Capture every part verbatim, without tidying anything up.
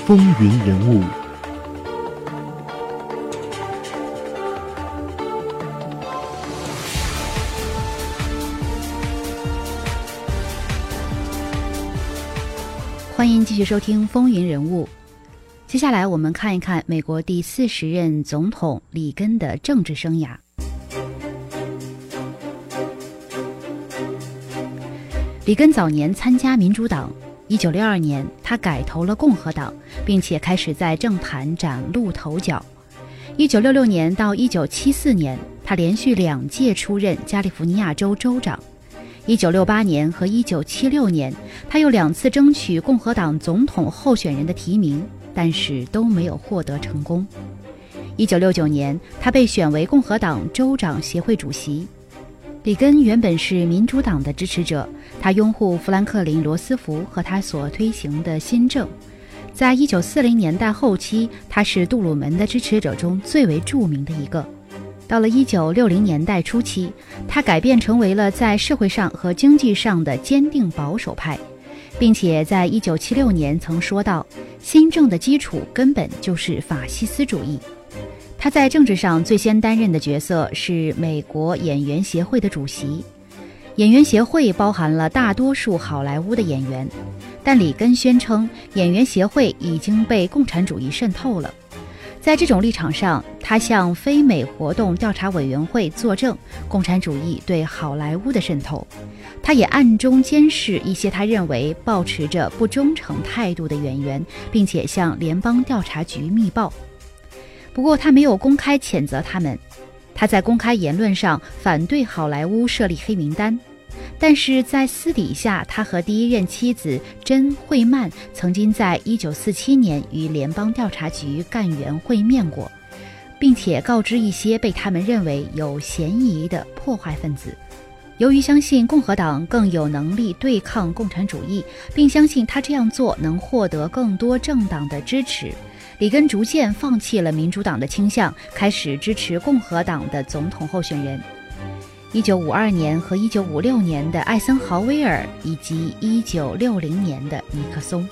风云人物。 欢迎继续收听风云人物。接下来我们看一看美国第四十任总统里根的政治生涯。里根早年参加民主党，一九六二年他改投了共和党，并且开始在政坛崭露头角。一九六六年到一九七四年，他连续两届出任加利福尼亚州州长。一九六八年和一九七六年，他又两次争取共和党总统候选人的提名，但是都没有获得成功。一九六九年，他被选为共和党州长协会主席。里根原本是民主党的支持者，他拥护富兰克林·罗斯福和他所推行的新政。在一九四零年代后期，他是杜鲁门的支持者中最为著名的一个。到了一九六零年代初期，他改变成为了在社会上和经济上的坚定保守派，并且在一九七六年曾说到，新政的基础根本就是法西斯主义。他在政治上最先担任的角色是美国演员协会的主席。演员协会包含了大多数好莱坞的演员，但里根宣称演员协会已经被共产主义渗透了。在这种立场上，他向非美活动调查委员会作证共产主义对好莱坞的渗透。他也暗中监视一些他认为抱持着不忠诚态度的演员，并且向联邦调查局密报。不过他没有公开谴责他们。他在公开言论上反对好莱坞设立黑名单，但是在私底下，他和第一任妻子珍·惠曼曾经在一九四七年与联邦调查局干员会面过，并且告知一些被他们认为有嫌疑的破坏分子。由于相信共和党更有能力对抗共产主义，并相信他这样做能获得更多政党的支持，里根逐渐放弃了民主党的倾向，开始支持共和党的总统候选人。一九五二年和一九五六年的艾森豪威尔，以及一九六零年的尼克松。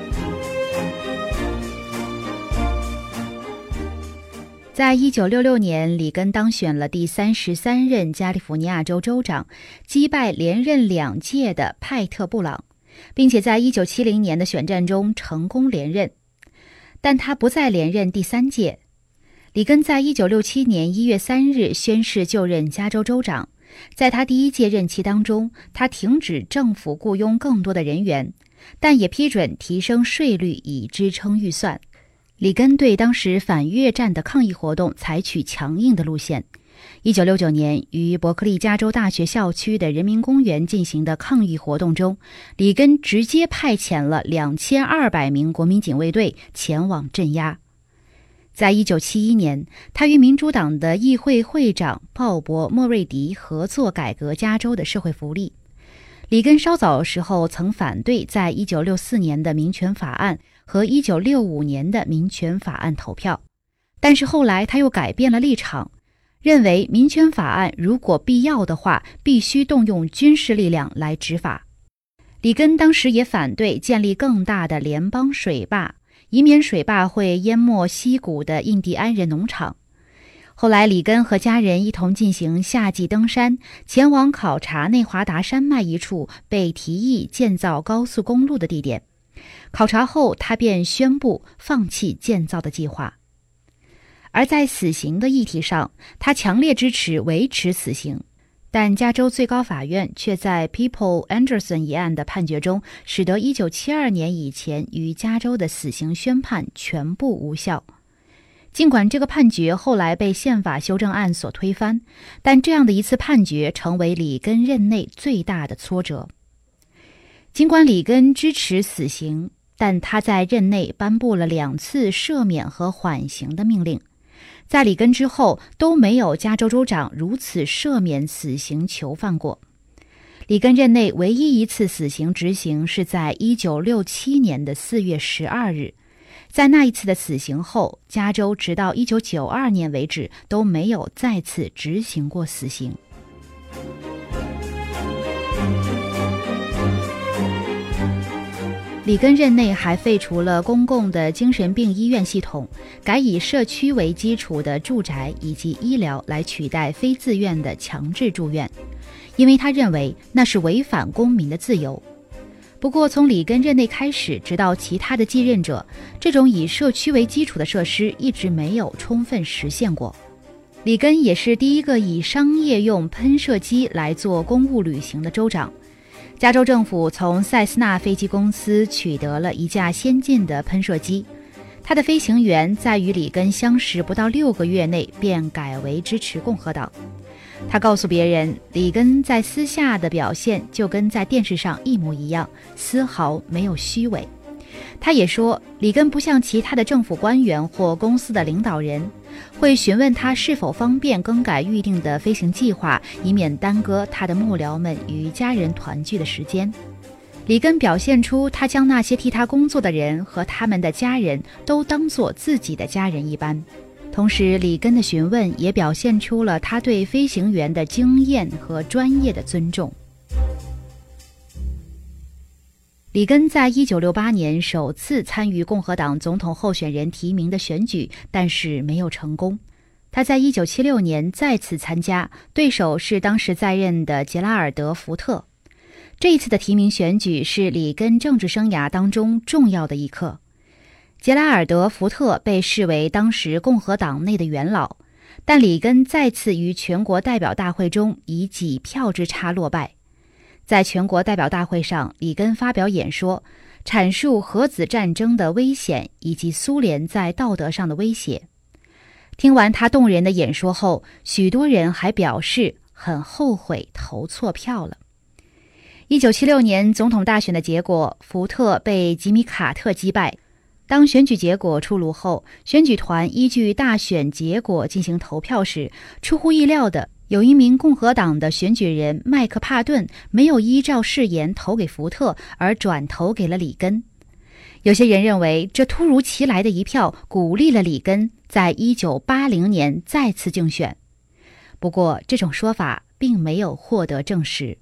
在一九六六年，里根当选了第三十三任加利福尼亚州州长，击败连任两届的派特·布朗，并且在一九七零年的选战中成功连任。但他不再连任第三届。里根在一九六七年一月三日宣誓就任加州州长。在他第一届任期当中，他停止政府雇佣更多的人员，但也批准提升税率以支撑预算。里根对当时反越战的抗议活动采取强硬的路线。一九六九年，于伯克利加州大学校区的人民公园进行的抗议活动中，里根直接派遣了两千二百名国民警卫队前往镇压。在一九七一年，他与民主党的议会会长鲍勃·莫瑞迪合作改革加州的社会福利。里根稍早时候曾反对在一九六四年的民权法案和一九六五年的民权法案投票，但是后来他又改变了立场，认为民权法案如果必要的话，必须动用军事力量来执法。里根当时也反对建立更大的联邦水坝，以免水坝会淹没溪谷的印第安人农场。后来里根和家人一同进行夏季登山，前往考察内华达山脉一处被提议建造高速公路的地点。考察后，他便宣布放弃建造的计划。而在死刑的议题上，他强烈支持维持死刑，但加州最高法院却在 People Anderson 一案的判决中，使得一九七二年以前于加州的死刑宣判全部无效。尽管这个判决后来被宪法修正案所推翻，但这样的一次判决成为里根任内最大的挫折。尽管里根支持死刑，但他在任内颁布了两次赦免和缓刑的命令。在里根之后，都没有加州州长如此赦免死刑囚犯过。里根任内唯一一次死刑执行是在一九六七年的四月十二日。在那一次的死刑后，加州直到一九九二年为止都没有再次执行过死刑。 里根任内还废除了公共的精神病医院系统，改以社区为基础的住宅以及医疗来取代非自愿的强制住院，因为他认为那是违反公民的自由。不过从里根任内开始，直到其他的继任者，这种以社区为基础的设施一直没有充分实现过。里根也是第一个以商业用喷射机来做公务旅行的州长。加州政府从塞斯纳飞机公司取得了一架先进的喷射机，它的飞行员在与里根相识不到六个月内便改为支持共和党。他告诉别人，里根在私下的表现就跟在电视上一模一样，丝毫没有虚伪。他也说，里根不像其他的政府官员或公司的领导人，会询问他是否方便更改预定的飞行计划，以免耽搁他的幕僚们与家人团聚的时间。里根表现出他将那些替他工作的人和他们的家人都当作自己的家人一般。同时，里根的询问也表现出了他对飞行员的经验和专业的尊重。里根在一九六八年首次参与共和党总统候选人提名的选举，但是没有成功。他在一九七六年再次参加，对手是当时在任的杰拉尔德·福特。这一次的提名选举是里根政治生涯当中重要的一刻。杰拉尔德·福特被视为当时共和党内的元老，但里根再次于全国代表大会中以几票之差落败。在全国代表大会上，里根发表演说，阐述核子战争的危险以及苏联在道德上的威胁。听完他动人的演说后，许多人还表示很后悔投错票了。一九七六年总统大选的结果，福特被吉米·卡特击败。当选举结果出炉后，选举团依据大选结果进行投票时，出乎意料的，有一名共和党的选举人麦克帕顿没有依照誓言投给福特，而转投给了里根。有些人认为，这突如其来的一票鼓励了里根在一九八零年再次竞选。不过，这种说法并没有获得证实。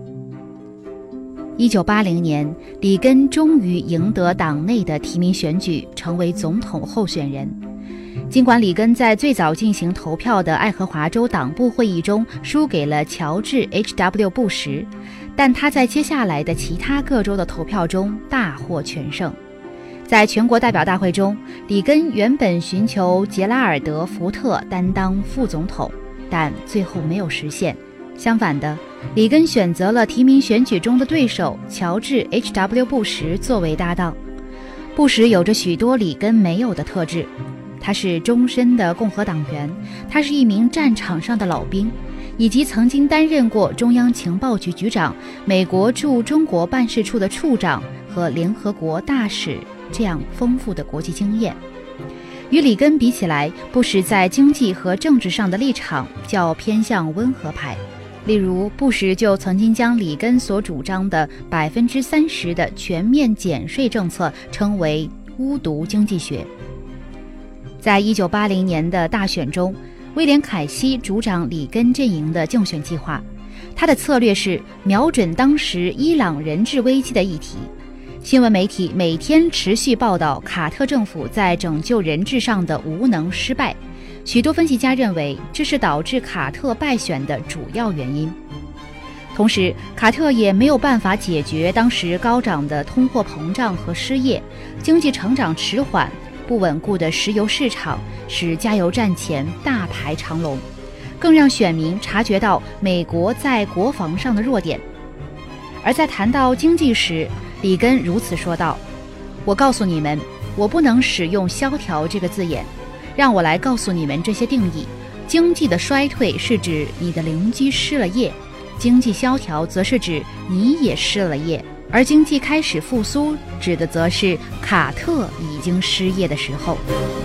一九八零年，里根终于赢得党内的提名选举，成为总统候选人。尽管里根在最早进行投票的爱荷华州党部会议中输给了乔治 H W 布什，但他在接下来的其他各州的投票中大获全胜。在全国代表大会中，里根原本寻求杰拉尔德·福特担当副总统，但最后没有实现。相反的，里根选择了提名选举中的对手乔治 H W 布什作为搭档。布什有着许多里根没有的特质，他是终身的共和党员，他是一名战场上的老兵，以及曾经担任过中央情报局局长、美国驻中国办事处的处长和联合国大使这样丰富的国际经验。与里根比起来，布什在经济和政治上的立场较偏向温和派。例如，布什就曾经将里根所主张的百分之三十的全面减税政策称为巫毒经济学。在一九八零年的大选中，威廉·凯西主掌里根阵营的竞选计划，他的策略是瞄准当时伊朗人质危机的议题。新闻媒体每天持续报道卡特政府在拯救人质上的无能失败，许多分析家认为这是导致卡特败选的主要原因。同时，卡特也没有办法解决当时高涨的通货膨胀和失业，经济成长迟缓，不稳固的石油市场使加油站前大排长龙，更让选民察觉到美国在国防上的弱点。而在谈到经济时，里根如此说道：我告诉你们，我不能使用萧条这个字眼，让我来告诉你们这些定义。经济的衰退是指你的邻居失了业，经济萧条则是指你也失了业，而经济开始复苏指的则是卡特已经失业的时候。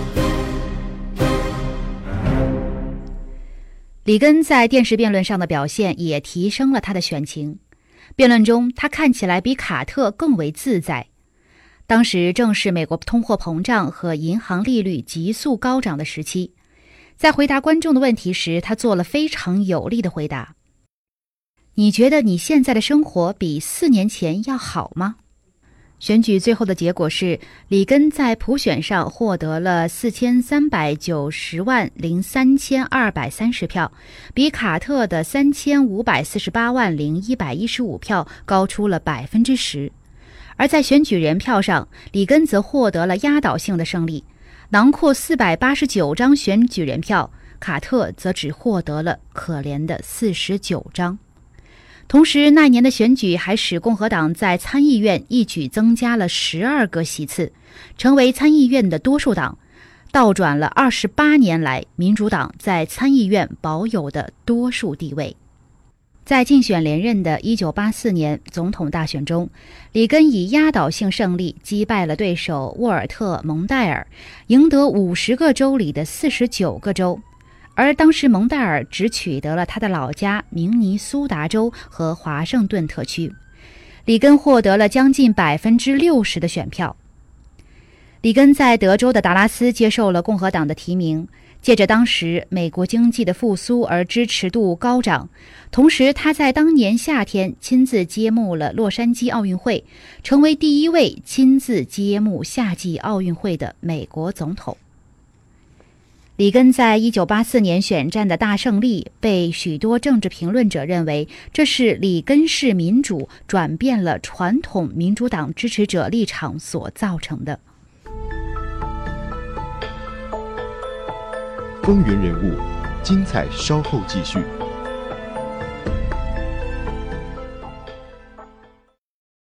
里根在电视辩论上的表现也提升了他的选情。辩论中，他看起来比卡特更为自在。当时正是美国通货膨胀和银行利率急速高涨的时期。在回答观众的问题时，他做了非常有力的回答。你觉得你现在的生活比四年前要好吗？ 选举最后的结果是，里根在普选上获得了四千三百九十万零三千二百三十票，比卡特的三千五百四十八万零一百一十五票高出了百分之十。而在选举人票上，里根则获得了压倒性的胜利，囊括四百八十九张选举人票，卡特则只获得了可怜的四十九张。同时，那年的选举还使共和党在参议院一举增加了十二个席次，成为参议院的多数党，倒转了二十八年来民主党在参议院保有的多数地位。在竞选连任的一九八四年总统大选中，里根以压倒性胜利击败了对手沃尔特·蒙代尔，赢得五十个州里的四十九个州。而当时蒙代尔只取得了他的老家明尼苏达州和华盛顿特区，里根获得了将近百分之六十的选票。里根在德州的达拉斯接受了共和党的提名，借着当时美国经济的复苏而支持度高涨，同时他在当年夏天亲自揭幕了洛杉矶奥运会，成为第一位亲自揭幕夏季奥运会的美国总统。里根在一九八四年选战的大胜利被许多政治评论者认为，这是里根式民主转变了传统民主党支持者立场所造成的。 风云人物，精彩稍后继续。